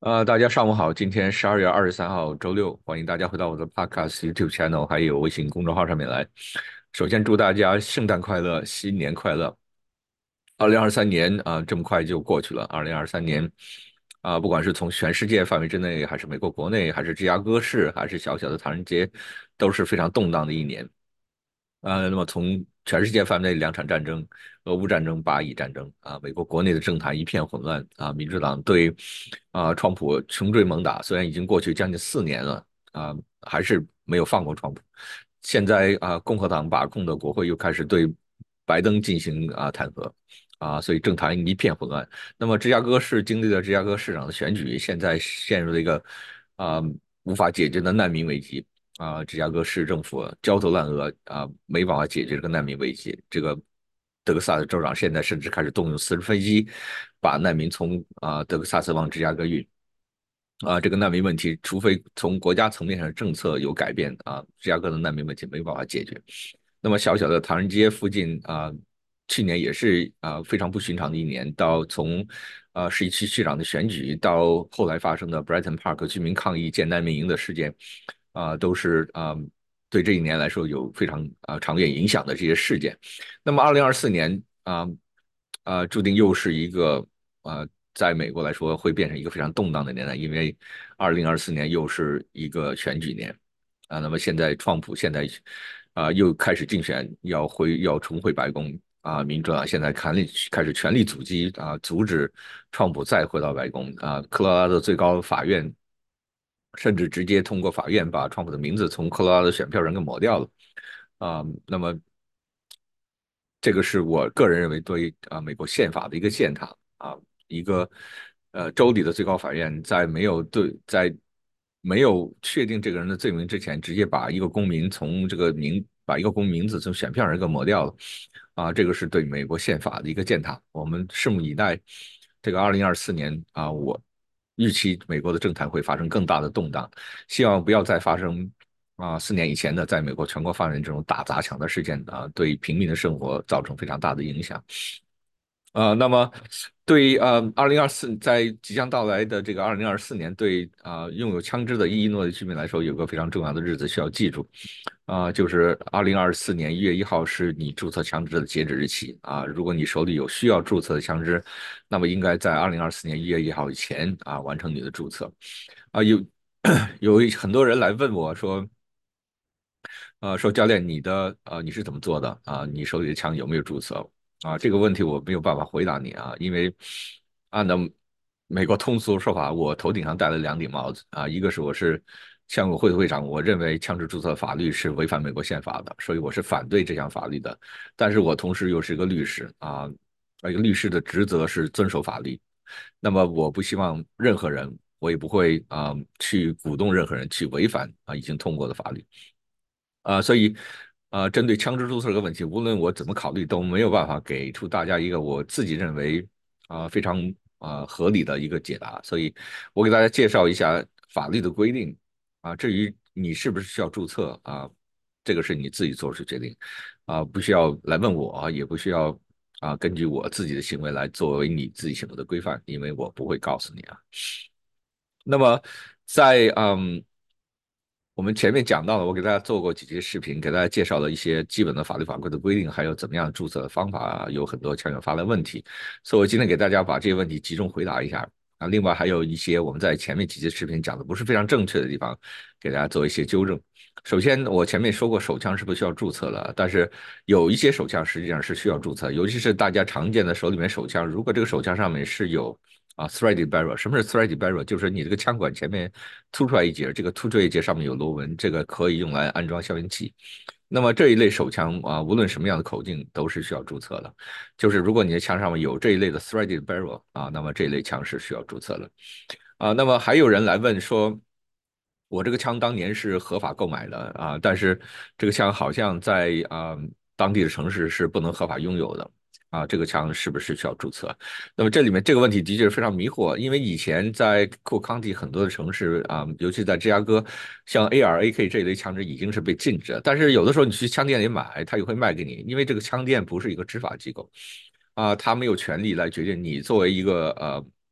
大家上午好，今天12月23号周六，欢迎大家回到我的 Podcast YouTube channel，还有微信公众号上面来。首先祝大家圣诞快乐，新年快乐。2023年这么快就过去了。2023年不管是从全世界范围之内，还是美国国内，还是芝加哥市，还是小小的唐人街，都是非常动荡的一年。那么从全世界范围内两场战争，俄乌战争、巴以战争美国国内的政坛一片混乱民主党对川普穷追猛打，虽然已经过去将近4年了还是没有放过川普。现在共和党把控的国会又开始对拜登进行弹劾所以政坛一片混乱。那么芝加哥市经历了芝加哥市长的选举，现在陷入了一个啊、无法解决的难民危机。芝加哥市政府焦头烂额没办法解决这个难民危机。这个德克萨斯州长现在甚至开始动用私人飞机，把难民从德克萨斯往芝加哥运。这个难民问题，除非从国家层面上的政策有改变芝加哥的难民问题没有办法解决。那么小小的唐人街附近去年也是非常不寻常的一年，到从市区区长的选举，到后来发生的 Brighton Park 居民抗议建难民营的事件都是对这一年来说有非常长远影响的这些事件。那么2024年注定又是一个在美国来说会变成一个非常动荡的年代，因为2024年又是一个选举年那么现在川普现在又开始竞选，要重回白宫民主党现在开始全力阻击阻止川普再回到白宫科罗拉多最高法院甚至直接通过法院把川普的名字从科罗拉多选票上给抹掉了那么这个是我个人认为对美国宪法的一个践踏一个州里的最高法院在没有确定这个人的罪名之前，直接把一个公民从把一个公民名字从选票上给抹掉了这个是对美国宪法的一个践踏。我们拭目以待，这个2024年我预期美国的政坛会发生更大的动荡，希望不要再发生4年以前的在美国全国范围这种打砸抢的事件对平民的生活造成非常大的影响。那么对在即将到来的这个2024年，对拥有枪支的伊利诺的居民来说，有个非常重要的日子需要记住就是2024年1月1号是你注册枪支的截止日期如果你手里有需要注册的枪支，那么应该在2024年1月1号以前完成你的注册有有很多人来问我说。说教练，你是怎么做的你手里的枪有没有注册这个问题我没有办法回答你因为按照美国通俗说法，我头顶上戴了两顶帽子一个是我是枪管会的会长，我认为枪支注册法律是违反美国宪法的，所以我是反对这项法律的。但是我同时又是一个律师一个律师的职责是遵守法律。那么我不希望任何人，我也不会去鼓动任何人去违反已经通过的法律。所以，针对枪支注册这个问题，无论我怎么考虑，都没有办法给出大家一个我自己认为非常合理的一个解答。所以我给大家介绍一下法律的规定至于你是不是需要注册这个是你自己做出决定不需要来问我也不需要根据我自己的行为来作为你自己行为的规范，因为我不会告诉你那么在我们前面讲到了，我给大家做过几期视频，给大家介绍了一些基本的法律法规的规定，还有怎么样注册的方法有很多枪友发来问题，所以我今天给大家把这些问题集中回答一下另外还有一些我们在前面几期视频讲的不是非常正确的地方，给大家做一些纠正。首先，我前面说过手枪是不需要注册的，但是有一些手枪实际上是需要注册，尤其是大家常见的手里面手枪，如果这个手枪上面是有threaded barrel， 什么是 threaded barrel？ 就是你这个枪管前面凸出来一截，这个凸出来一截上面有螺纹，这个可以用来安装消音器。那么这一类手枪无论什么样的口径都是需要注册的。就是如果你的枪上面有这一类的 threaded barrel 那么这一类枪是需要注册的那么还有人来问说，我这个枪当年是合法购买的但是这个枪好像在当地的城市是不能合法拥有的这个枪是不是需要注册？那么这里面这个问题的确是非常迷惑，因为以前在库康蒂很多的城市尤其在芝加哥，像 AR、AK 这一类枪支已经是被禁止了，但是有的时候你去枪店里买，他也会卖给你，因为这个枪店不是一个执法机构他没有权利来决定你作为一个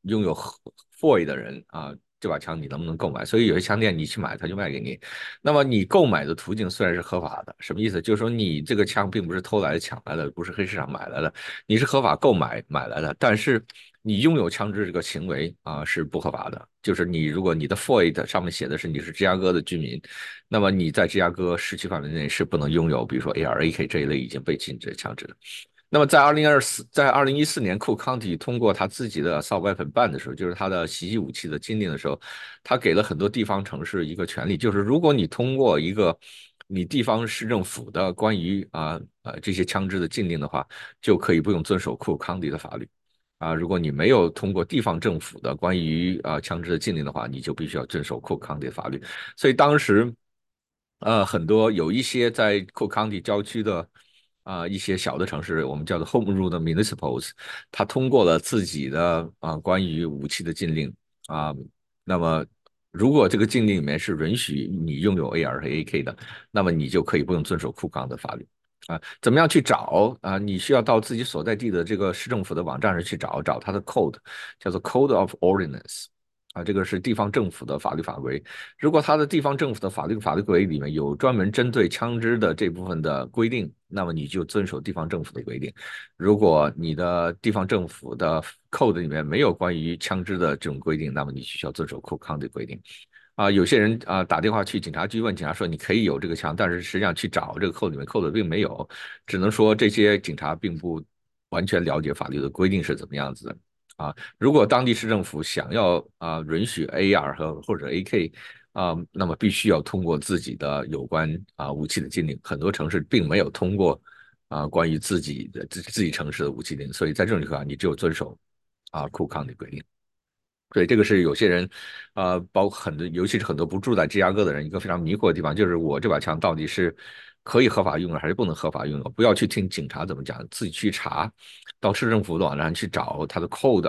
拥有FOI 的人这把枪你能不能购买？所以有些枪店你去买，他就卖给你。那么你购买的途径虽然是合法的，什么意思？就是说你这个枪并不是偷来的、抢来的，不是黑市场买来的，你是合法购买来的，但是你拥有枪支这个行为是不合法的。就是你如果你的 FOID 上面写的是你是芝加哥的居民，那么你在芝加哥市区范围内是不能拥有，比如说 AR、AK 这一类已经被禁止的枪支的。那么在2014年，库康体通过他自己的 Assault Weapon Ban 的时候，就是他的袭击武器的禁令的时候，他给了很多地方城市一个权利，就是如果你通过一个你地方市政府的关于这些枪支的禁令的话，就可以不用遵守库康迪的法律。如果你没有通过地方政府的关于枪支的禁令的话，你就必须要遵守库康迪的法律。所以当时很多有一些在 Cook County 郊区的一些小的城市，我们叫做 Home Rule 的 Municipals，它通过了自己的关于武器的禁令啊、那么如果这个禁令里面是允许你拥有 AR 和 AK 的，那么你就可以不用遵守库康的法律。怎么样去找你需要到自己所在地的这个市政府的网站上去找它的 code，叫做 Code of Ordinance。这个是地方政府的法律法规。如果它的地方政府的法律规里面有专门针对枪支的这部分的规定，那么你就遵守地方政府的规定。如果你的地方政府的 code 里面没有关于枪支的这种规定，那么你需要遵守 Cook County 的规定。有些人打电话去警察局问警察说你可以有这个枪，但是实际上去找这个扣里面扣的并没有，只能说这些警察并不完全了解法律的规定是怎么样子的。如果当地市政府想要允许 AR 或者 AK 那么必须要通过自己的有关武器的禁令，很多城市并没有通过关于自己城市的武器令，所以在这种情况下，你只有遵守库康的规定。对，这个是有些人，包括很多，尤其是很多不住在芝加哥的人，一个非常迷惑的地方，就是我这把枪到底是可以合法用的，还是不能合法用的？不要去听警察怎么讲，自己去查，到市政府的网站去找它的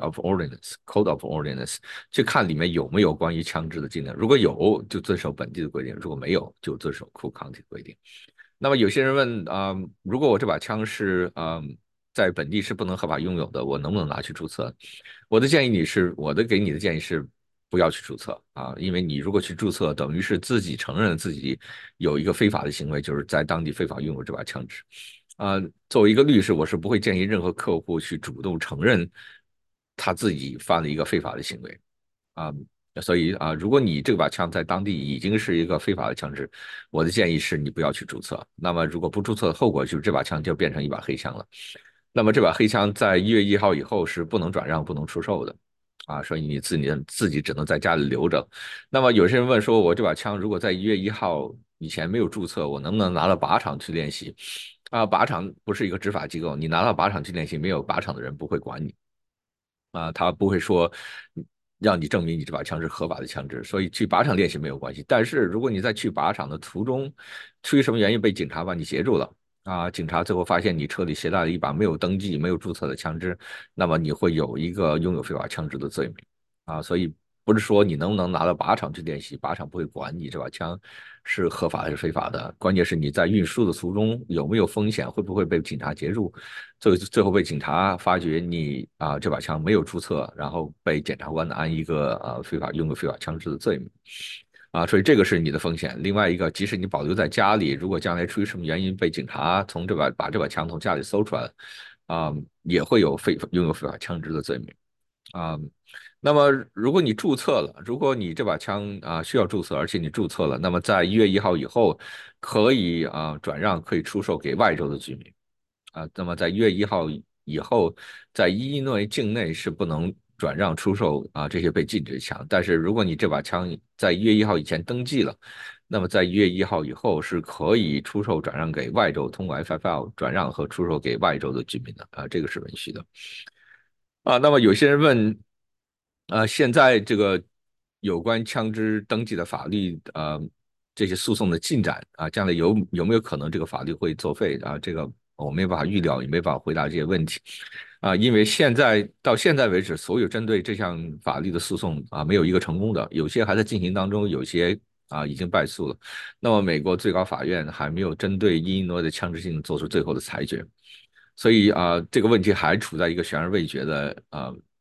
Code of Ordinance，去看里面有没有关于枪支的禁令。如果有，就遵守本地的规定；如果没有，就遵守 Cook County 的规定。那么有些人问如果我这把枪是在本地是不能合法拥有的，我能不能拿去注册？我给你的建议是不要去注册因为你如果去注册，等于是自己承认自己有一个非法的行为，就是在当地非法拥有这把枪支。作为一个律师，我是不会建议任何客户去主动承认他自己犯了一个非法的行为啊。所以如果你这把枪在当地已经是一个非法的枪支，我的建议是你不要去注册。那么如果不注册的后果就是这把枪就变成一把黑枪了。那么这把黑枪在1月1号以后是不能转让、不能出售的所以你自己只能在家里留着。那么有些人问说，我这把枪如果在1月1号以前没有注册，我能不能拿到靶场去练习？靶场不是一个执法机构，你拿到靶场去练习，没有靶场的人不会管你。他不会说让你证明你这把枪是合法的枪支，所以去靶场练习没有关系。但是如果你在去靶场的途中，出于什么原因被警察把你截住了警察最后发现你车里携带了一把没有登记、没有注册的枪支，那么你会有一个拥有非法枪支的罪名所以不是说你能不能拿到靶场去练习，靶场不会管你这把枪是合法还是非法的，关键是你在运输的途中有没有风险，会不会被警察截住，最后被警察发觉你这把枪没有注册，然后被检察官安一个拥有非法枪支的罪名所以这个是你的风险。另外一个，即使你保留在家里，如果将来出于什么原因被警察把这把枪从家里搜出来也会有拥有非法枪支的罪名啊。那么，如果你注册了，如果你这把枪需要注册，而且你注册了，那么在1月1号以后，可以转让，可以出售给外州的居民那么在1月1号以后，在伊利诺伊境内是不能转让出售这些被禁止的枪。但是如果你这把枪在1月1号以前登记了，那么在1月1号以后是可以出售转让给外州，通过 FFL 转让和出售给外州的居民的这个是允许的。那么有些人问，现在这个有关枪支登记的法律，这些诉讼的进展将来有没有可能这个法律会作废这个我没办法预料，也没办法回答这些问题因为到现在为止，所有针对这项法律的诉讼没有一个成功的，有些还在进行当中，有些已经败诉了。那么美国最高法院还没有针对伊利诺的枪支性做出最后的裁决。所以这个问题还处在一个悬而未决的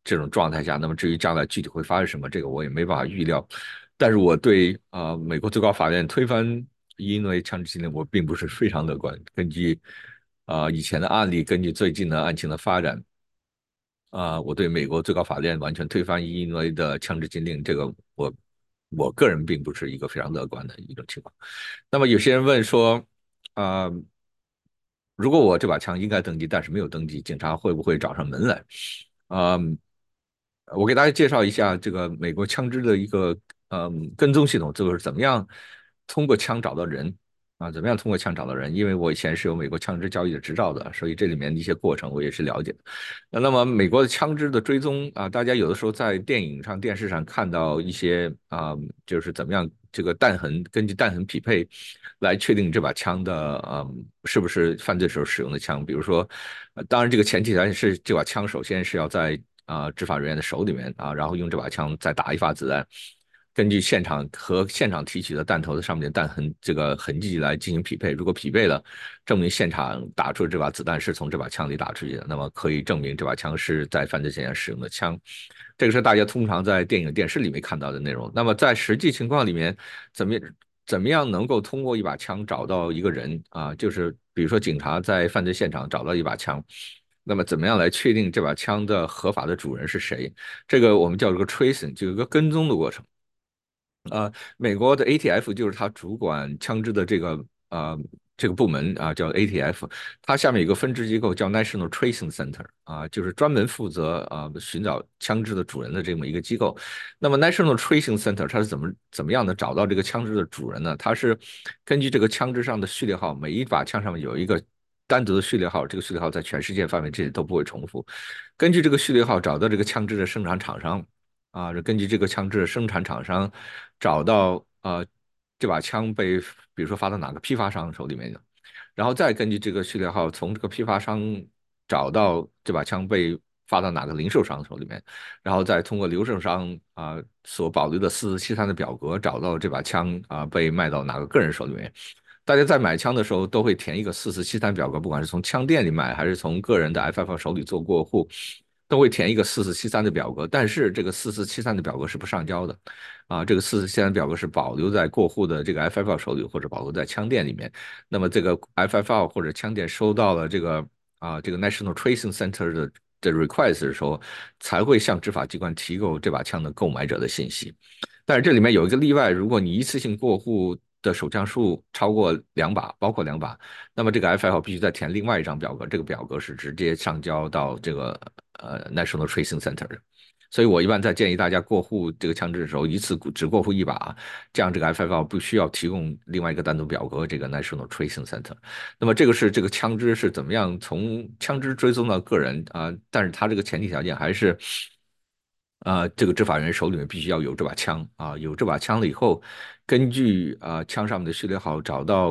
这种状态下，那么至于将来具体会发生什么，这个我也没办法预料。但是我对美国最高法院推翻因为枪支禁令，我并不是非常乐观。根据以前的案例，根据最近的案情的发展，我对美国最高法院完全推翻因为的枪支禁令，这个我个人并不是一个非常乐观的一种情况。那么有些人问说，啊、如果我这把枪应该登记，但是没有登记，警察会不会找上门来？嗯，我给大家介绍一下这个美国枪支的一个跟踪系统，就是怎么样通过枪找到人怎么样通过枪找到人？因为我以前是有美国枪支交易的执照的，所以这里面的一些过程我也是了解的。那么美国的枪支的追踪大家有的时候在电影上、电视上看到一些就是怎么样这个弹痕，根据弹痕匹配来确定这把枪的是不是犯罪时候使用的枪。比如说，当然这个前提条件是这把枪首先是要在执法人员的手里面然后用这把枪再打一发子弹。根据现场和现场提取的弹头的上面的弹痕这个痕迹来进行匹配，如果匹配了，证明现场打出的这把子弹是从这把枪里打出去的，那么可以证明这把枪是在犯罪现场使用的枪。这个是大家通常在电影、电视里面看到的内容。那么在实际情况里面，怎么怎么样能够通过一把枪找到一个人就是比如说警察在犯罪现场找到一把枪，那么怎么样来确定这把枪的合法的主人是谁？这个我们叫这个 tracing，就有一个跟踪的过程。美国的 ATF 就是它主管枪支的这个部门叫 ATF，它下面有个分支机构叫 National Tracing Center 就是专门负责寻找枪支的主人的这么一个机构。那么 National Tracing Center 它是怎么样的找到这个枪支的主人呢？它是根据这个枪支上的序列号，每一把枪上面有一个单独的序列号，这个序列号在全世界范围之内都不会重复。根据这个序列号找到这个枪支的生产厂商。根据这个枪支的生产厂商找到这把枪被比如说发到哪个批发商手里面的，然后再根据这个序列号从这个批发商找到这把枪被发到哪个零售商手里面，然后再通过零售商所保留的4473的表格找到这把枪被卖到哪个个人手里面。大家在买枪的时候都会填一个4473表格，不管是从枪店里买还是从个人的 FFL 手里做过户，都会填一个4473的表格。但是这个4473的表格是不上交的这个4473表格是保留在过户的这个 FFL 手里或者保留在枪店里面。那么这个 FFL 或者枪店收到了这个 National Tracing Center 的 request 的时候，才会向执法机关提供这把枪的购买者的信息。但是这里面有一个例外，如果你一次性过户的手枪数超过两把，包括两把，那么这个 FIL 必须再填另外一张表格，这个表格是直接上交到这个National Tracing Center 的。所以我一般在建议大家过户这个枪支的时候，一次只过户一把，这样这个 FIL 不需要提供另外一个单独表格，这个 National Tracing Center。那么这个是这个枪支是怎么样从枪支追踪到个人但是它这个前提条件还是这个执法人手里面必须要有这把枪有这把枪了以后，根据枪上面的序列号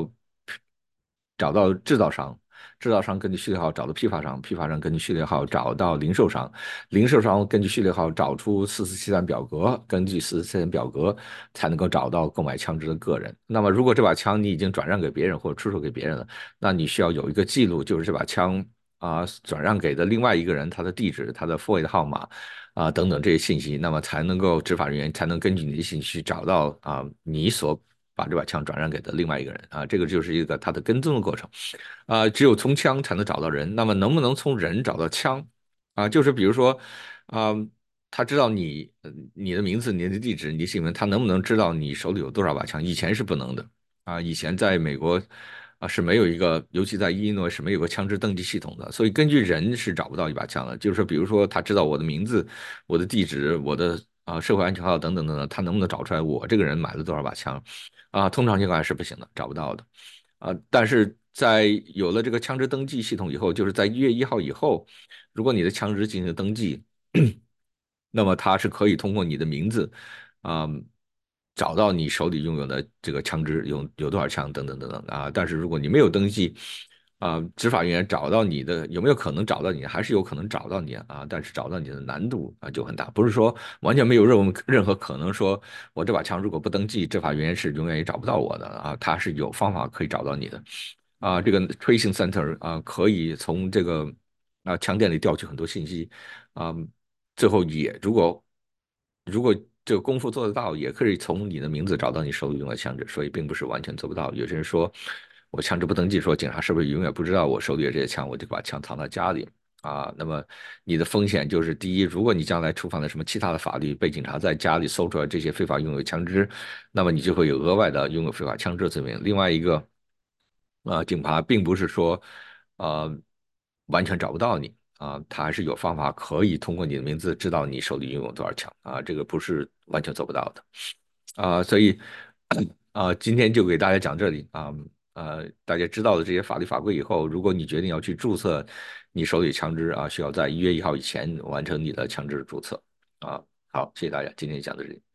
找到制造商，制造商根据序列号找到批发商，批发商根据序列号找到零售商，零售商根据序列号找出4473表格，根据4473表格才能够找到购买枪支的个人。那么如果这把枪你已经转让给别人或者出售给别人了，那你需要有一个记录，就是这把枪转让给的另外一个人他的地址、他的 FOID 号码等等这些信息，那么才能够执法人员才能根据你的信息找到你所把这把枪转让给的另外一个人这个就是一个他的跟踪的过程只有从枪才能找到人，那么能不能从人找到枪就是比如说啊、他知道你的名字、你的地址、你的姓名，他能不能知道你手里有多少把枪？以前是不能的以前在美国是没有一个，尤其在伊利诺是没有个枪支登记系统的，所以根据人是找不到一把枪的。就是说，比如说他知道我的名字、我的地址、我的社会安全号等等等等，他能不能找出来我这个人买了多少把枪通常情况下是不行的，找不到的但是在有了这个枪支登记系统以后，就是在1月1号以后，如果你的枪支进行登记，那么它是可以通过你的名字，啊、找到你手里拥有的这个枪支有多少枪等等等等但是如果你没有登记，执法人员找到你的有没有可能找到你，还是有可能找到你但是找到你的难度就很大，不是说完全没有任何可能说我这把枪如果不登记，执法人员是永远也找不到我的他是有方法可以找到你的这个 tracing center 可以从这个枪店里调取很多信息啊。 最后也如果这个功夫做得到，也可以从你的名字找到你手里用的枪支，所以并不是完全做不到。有些人说我枪支不登记，说警察是不是永远不知道我手里的这些枪，我就把枪藏到家里啊？那么你的风险就是第一，如果你将来触犯了什么其他的法律，被警察在家里搜出来这些非法拥有枪支，那么你就会有额外的拥有非法枪支罪名。另外一个。警察并不是说，呃，完全找不到你他还是有方法可以通过你的名字知道你手里拥有多少枪这个不是完全做不到的所以今天就给大家讲这里大家知道了这些法律法规以后，如果你决定要去注册你手里枪支需要在1月1号以前完成你的枪支注册啊。好，谢谢大家，今天就讲到这里。